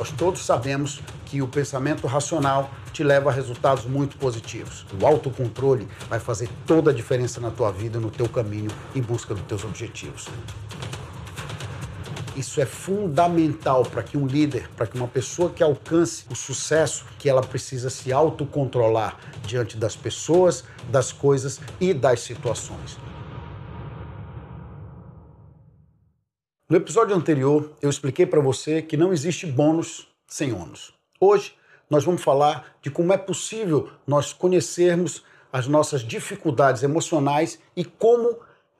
Nós todos sabemos que o pensamento racional te leva a resultados muito positivos. O autocontrole vai fazer toda a diferença na tua vida, no teu caminho em busca dos teus objetivos. Isso é fundamental para que um líder, para que uma pessoa que alcance o sucesso, que ela precisa se autocontrolar diante das pessoas, das coisas e das situações. No episódio anterior, eu expliquei para você que não existe bônus sem ônus. Hoje, nós vamos falar de como é possível nós conhecermos as nossas dificuldades emocionais e como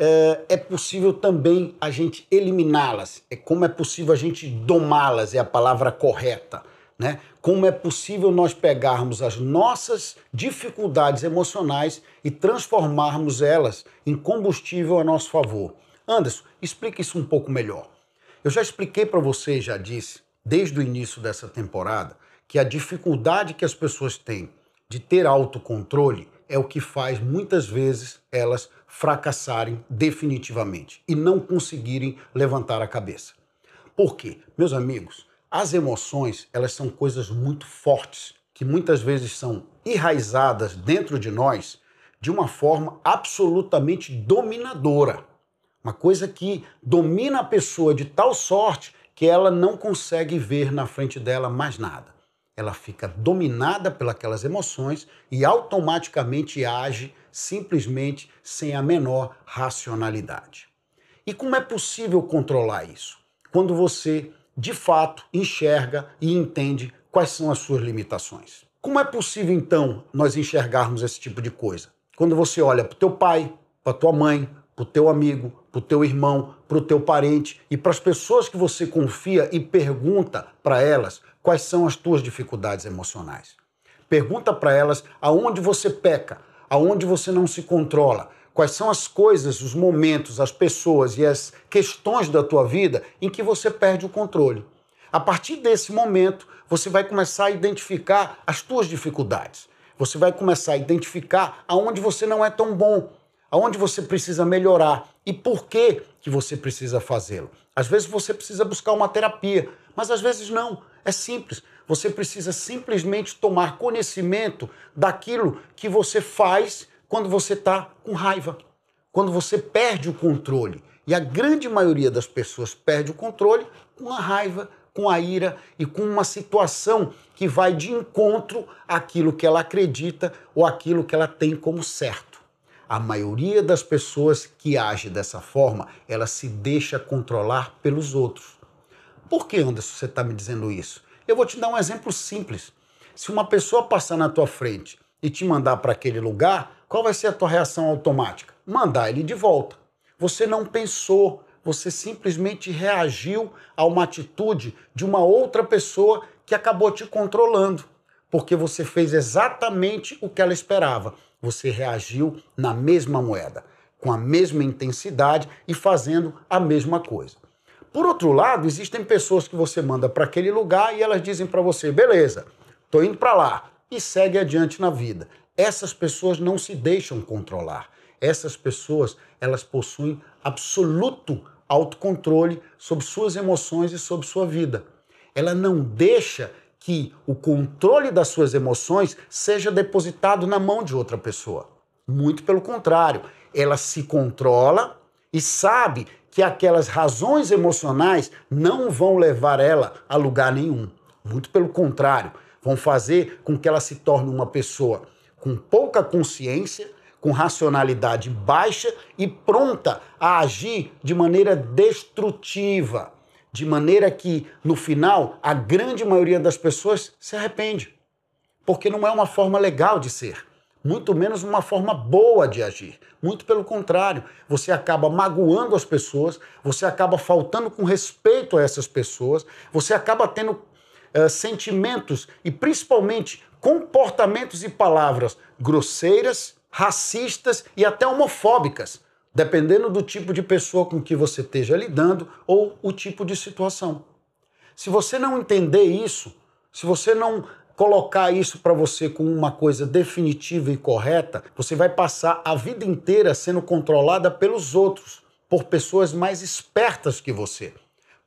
é possível também a gente eliminá-las. Como é possível a gente domá-las, é a palavra correta, né? Como é possível nós pegarmos as nossas dificuldades emocionais e transformarmos elas em combustível a nosso favor. Anderson, explique isso um pouco melhor. Eu já expliquei para você, já disse, desde o início dessa temporada, que a dificuldade que as pessoas têm de ter autocontrole é o que faz muitas vezes elas fracassarem definitivamente e não conseguirem levantar a cabeça. Por quê? Meus amigos, as emoções, elas são coisas muito fortes, que muitas vezes são enraizadas dentro de nós de uma forma absolutamente dominadora. Uma coisa que domina a pessoa de tal sorte que ela não consegue ver na frente dela mais nada. Ela fica dominada pelas emoções e automaticamente age simplesmente sem a menor racionalidade. E como é possível controlar isso? Quando você, de fato, enxerga e entende quais são as suas limitações. Como é possível, então, nós enxergarmos esse tipo de coisa? Quando você olha para o teu pai, para a tua mãe, para o teu amigo, para o teu irmão, para o teu parente e para as pessoas que você confia e pergunta para elas quais são as tuas dificuldades emocionais. Pergunta para elas aonde você peca, aonde você não se controla, quais são as coisas, os momentos, as pessoas e as questões da tua vida em que você perde o controle. A partir desse momento, você vai começar a identificar as tuas dificuldades. Você vai começar a identificar aonde você não é tão bom, aonde você precisa melhorar e por que você precisa fazê-lo. Às vezes você precisa buscar uma terapia, mas às vezes não. É simples. Você precisa simplesmente tomar conhecimento daquilo que você faz quando você está com raiva, quando você perde o controle. E a grande maioria das pessoas perde o controle com a raiva, com a ira e com uma situação que vai de encontro àquilo que ela acredita ou àquilo que ela tem como certo. A maioria das pessoas que age dessa forma, ela se deixa controlar pelos outros. Por que, Anderson, você está me dizendo isso? Eu vou te dar um exemplo simples. Se uma pessoa passar na tua frente e te mandar para aquele lugar, qual vai ser a tua reação automática? Mandar ele de volta. Você não pensou, você simplesmente reagiu a uma atitude de uma outra pessoa que acabou te controlando, porque você fez exatamente o que ela esperava. Você reagiu na mesma moeda, com a mesma intensidade e fazendo a mesma coisa. Por outro lado, existem pessoas que você manda para aquele lugar e elas dizem para você, beleza, tô indo para lá, e segue adiante na vida. Essas pessoas não se deixam controlar. Essas pessoas, elas possuem absoluto autocontrole sobre suas emoções e sobre sua vida. Ela não deixa que o controle das suas emoções seja depositado na mão de outra pessoa. Muito pelo contrário, ela se controla e sabe que aquelas razões emocionais não vão levar ela a lugar nenhum. Muito pelo contrário, vão fazer com que ela se torne uma pessoa com pouca consciência, com racionalidade baixa e pronta a agir de maneira destrutiva. De maneira que, no final, a grande maioria das pessoas se arrepende. Porque não é uma forma legal de ser. Muito menos uma forma boa de agir. Muito pelo contrário, você acaba magoando as pessoas, você acaba faltando com respeito a essas pessoas, você acaba tendo sentimentos e principalmente comportamentos e palavras grosseiras, racistas e até homofóbicas, dependendo do tipo de pessoa com que você esteja lidando ou o tipo de situação. Se você não entender isso, se você não colocar isso para você como uma coisa definitiva e correta, você vai passar a vida inteira sendo controlada pelos outros, por pessoas mais espertas que você,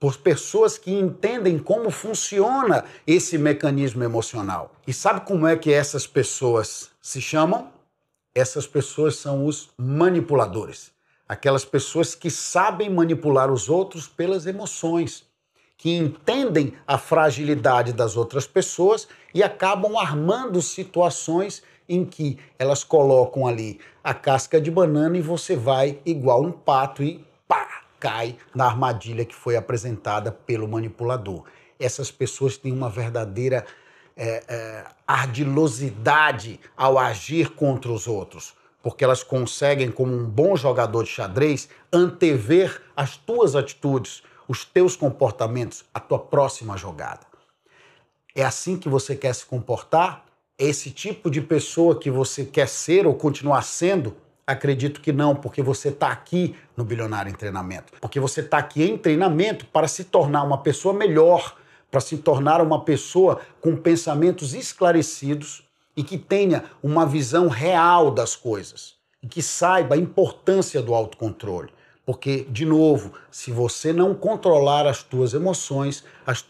por pessoas que entendem como funciona esse mecanismo emocional. E sabe como é que essas pessoas se chamam? Essas pessoas são os manipuladores. Aquelas pessoas que sabem manipular os outros pelas emoções, que entendem a fragilidade das outras pessoas e acabam armando situações em que elas colocam ali a casca de banana e você vai igual um pato e pá, cai na armadilha que foi apresentada pelo manipulador. Essas pessoas têm uma verdadeira ardilosidade ao agir contra os outros, porque elas conseguem, como um bom jogador de xadrez, antever as tuas atitudes, os teus comportamentos, a tua próxima jogada. É assim que você quer se comportar? É esse tipo de pessoa que você quer ser ou continuar sendo? Acredito que não, porque você está aqui no Bilionário em Treinamento. Porque você está aqui em treinamento para se tornar uma pessoa melhor, para se tornar uma pessoa com pensamentos esclarecidos e que tenha uma visão real das coisas. E que saiba a importância do autocontrole. Porque, de novo, se você não controlar as tuas emoções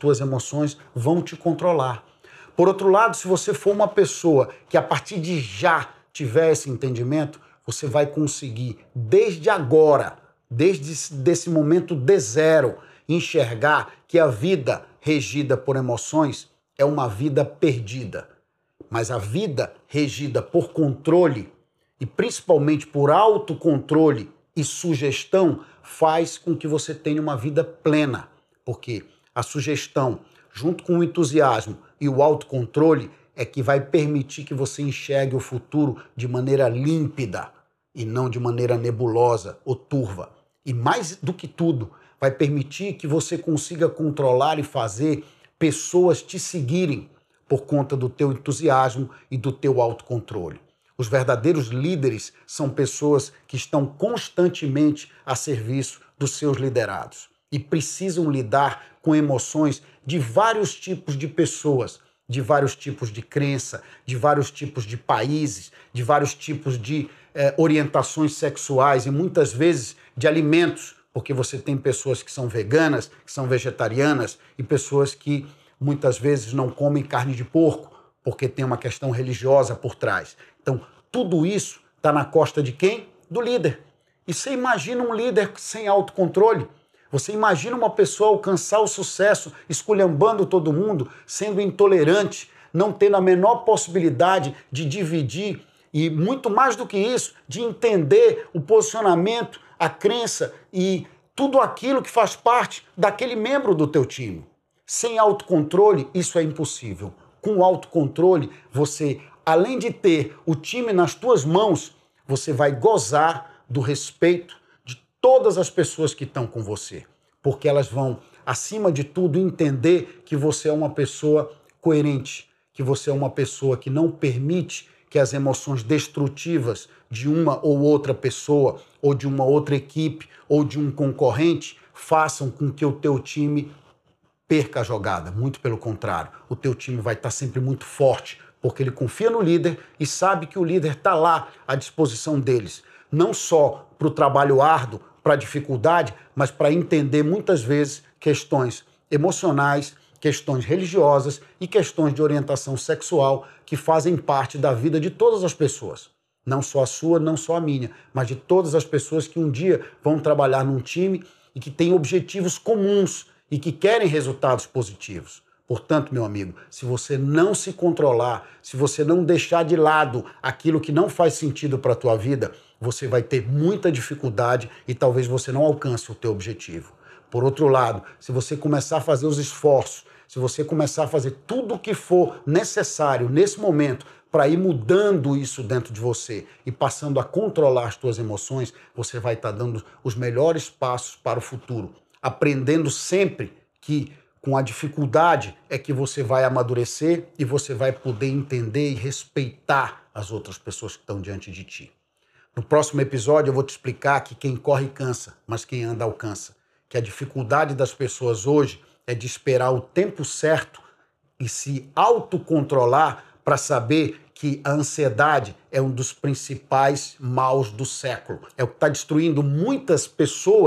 vão te controlar. Por outro lado, se você for uma pessoa que a partir de já tiver esse entendimento, você vai conseguir, desde agora, desde esse momento de zero, enxergar que a vida regida por emoções é uma vida perdida. Mas a vida regida por controle, e principalmente por autocontrole e sugestão, faz com que você tenha uma vida plena. Porque a sugestão, junto com o entusiasmo e o autocontrole, é que vai permitir que você enxergue o futuro de maneira límpida e não de maneira nebulosa ou turva. E mais do que tudo, vai permitir que você consiga controlar e fazer pessoas te seguirem por conta do teu entusiasmo e do teu autocontrole. Os verdadeiros líderes são pessoas que estão constantemente a serviço dos seus liderados e precisam lidar com emoções de vários tipos de pessoas, de vários tipos de crença, de vários tipos de países, de vários tipos de orientações sexuais e muitas vezes de alimentos, porque você tem pessoas que são veganas, que são vegetarianas e pessoas que muitas vezes não comem carne de porco, porque tem uma questão religiosa por trás. Então, tudo isso está na costa de quem? Do líder. E você imagina um líder sem autocontrole? Você imagina uma pessoa alcançar o sucesso esculhambando todo mundo, sendo intolerante, não tendo a menor possibilidade de dividir e, muito mais do que isso, de entender o posicionamento, a crença e tudo aquilo que faz parte daquele membro do teu time. Sem autocontrole, isso é impossível. Com autocontrole, você, além de ter o time nas tuas mãos, você vai gozar do respeito de todas as pessoas que estão com você. Porque elas vão, acima de tudo, entender que você é uma pessoa coerente, que você é uma pessoa que não permite que as emoções destrutivas de uma ou outra pessoa, ou de uma outra equipe, ou de um concorrente, façam com que o teu time perca a jogada. Muito pelo contrário, o teu time vai estar sempre muito forte, porque ele confia no líder e sabe que o líder está lá à disposição deles, não só para o trabalho árduo, para a dificuldade, mas para entender muitas vezes questões emocionais, questões religiosas e questões de orientação sexual que fazem parte da vida de todas as pessoas. Não só a sua, não só a minha, mas de todas as pessoas que um dia vão trabalhar num time e que têm objetivos comuns e que querem resultados positivos. Portanto, meu amigo, se você não se controlar, se você não deixar de lado aquilo que não faz sentido para a tua vida, você vai ter muita dificuldade e talvez você não alcance o teu objetivo. Por outro lado, se você começar a fazer os esforços, se você começar a fazer tudo o que for necessário nesse momento para ir mudando isso dentro de você e passando a controlar as tuas emoções, você vai estar dando os melhores passos para o futuro, aprendendo sempre que com a dificuldade é que você vai amadurecer e você vai poder entender e respeitar as outras pessoas que estão diante de ti. No próximo episódio eu vou te explicar que quem corre cansa, mas quem anda alcança. Que a dificuldade das pessoas hoje é de esperar o tempo certo e se autocontrolar para saber que a ansiedade é um dos principais maus do século. É o que está destruindo muitas pessoas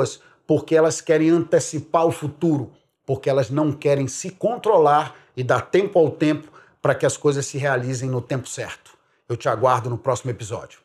porque elas querem antecipar o futuro, porque elas não querem se controlar e dar tempo ao tempo para que as coisas se realizem no tempo certo. Eu te aguardo no próximo episódio.